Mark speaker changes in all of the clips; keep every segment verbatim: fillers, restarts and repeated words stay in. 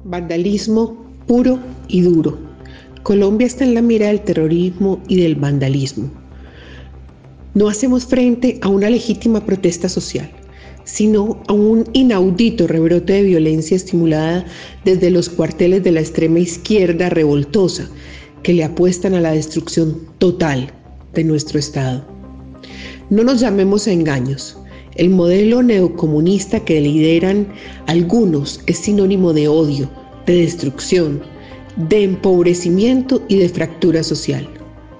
Speaker 1: Vandalismo puro y duro. Colombia está en la mira del terrorismo y del vandalismo. No hacemos frente a una legítima protesta social, sino a un inaudito rebrote de violencia estimulada desde los cuarteles de la extrema izquierda revoltosa que le apuestan a la destrucción total de nuestro Estado. No nos llamemos a engaños. El modelo neocomunista que lideran algunos es sinónimo de odio, de destrucción, de empobrecimiento y de fractura social.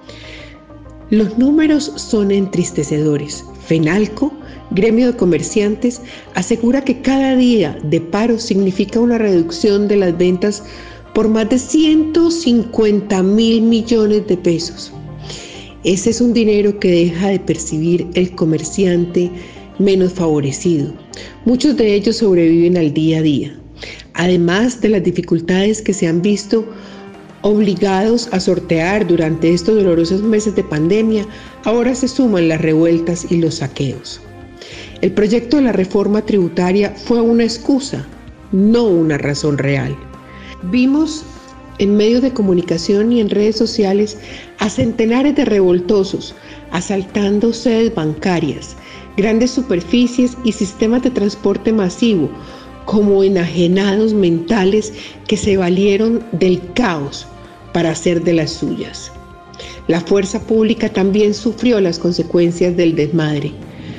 Speaker 1: Los números son entristecedores. FENALCO, gremio de comerciantes, asegura que cada día de paro significa una reducción de las ventas por más de ciento cincuenta mil millones de pesos. Ese es un dinero que deja de percibir el comerciante menos favorecido. Muchos de ellos sobreviven al día a día. Además de las dificultades que se han visto obligados a sortear durante estos dolorosos meses de pandemia, ahora se suman las revueltas y los saqueos. El proyecto de la reforma tributaria fue una excusa, no una razón real. Vimos en medios de comunicación y en redes sociales a centenares de revoltosos asaltando sedes bancarias, grandes superficies y sistemas de transporte masivo, como enajenados mentales que se valieron del caos para hacer de las suyas. La fuerza pública también sufrió las consecuencias del desmadre.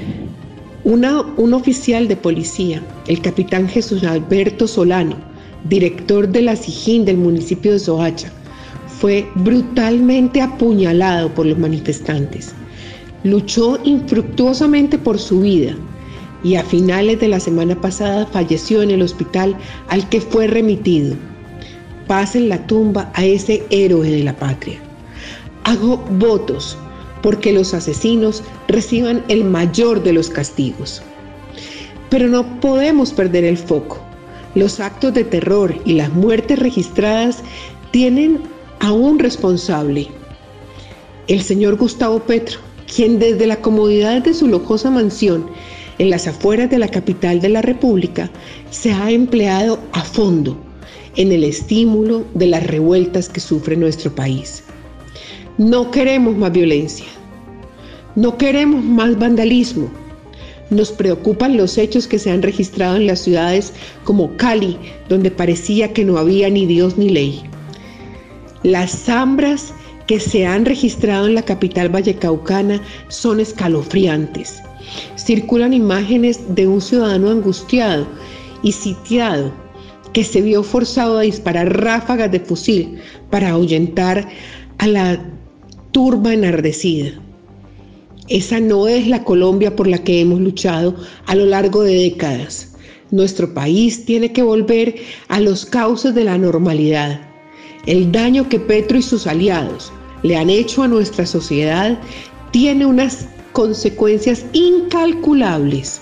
Speaker 1: Una, un oficial de policía, el capitán Jesús Alberto Solano, director de la SIJIN del municipio de Soacha, fue brutalmente apuñalado por los manifestantes. Luchó infructuosamente por su vida y a finales de la semana pasada falleció en el hospital al que fue remitido. Paz en la tumba a ese héroe de la patria. Hago votos porque los asesinos reciban el mayor de los castigos. Pero no podemos perder el foco. Los actos de terror y las muertes registradas tienen a un responsable, el señor Gustavo Petro, quien desde la comodidad de su lujosa mansión en las afueras de la capital de la República se ha empleado a fondo en el estímulo de las revueltas que sufre nuestro país. No queremos más violencia, no queremos más vandalismo. Nos preocupan los hechos que se han registrado en las ciudades como Cali, donde parecía que no había ni Dios ni ley. Las zambras que se han registrado en la capital vallecaucana son escalofriantes. Circulan imágenes de un ciudadano angustiado y sitiado que se vio forzado a disparar ráfagas de fusil para ahuyentar a la turba enardecida. Esa no es la Colombia por la que hemos luchado a lo largo de décadas. Nuestro país tiene que volver a los cauces de la normalidad. El daño que Petro y sus aliados le han hecho a nuestra sociedad tiene unas consecuencias incalculables.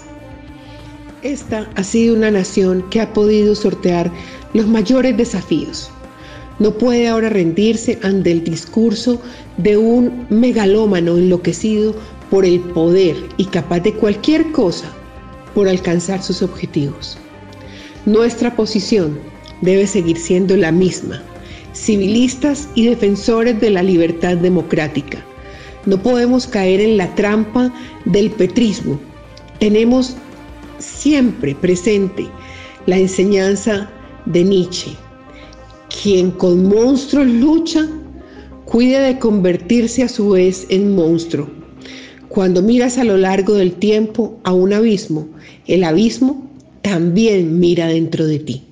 Speaker 1: Esta ha sido una nación que ha podido sortear los mayores desafíos. No puede ahora rendirse ante el discurso de un megalómano enloquecido por el poder y capaz de cualquier cosa por alcanzar sus objetivos. Nuestra posición debe seguir siendo la misma, civilistas y defensores de la libertad democrática. No podemos caer en la trampa del petrismo. Tenemos siempre presente la enseñanza de Nietzsche. Quien con monstruos lucha, cuida de convertirse a su vez en monstruo. Cuando miras a lo largo del tiempo a un abismo, el abismo también mira dentro de ti.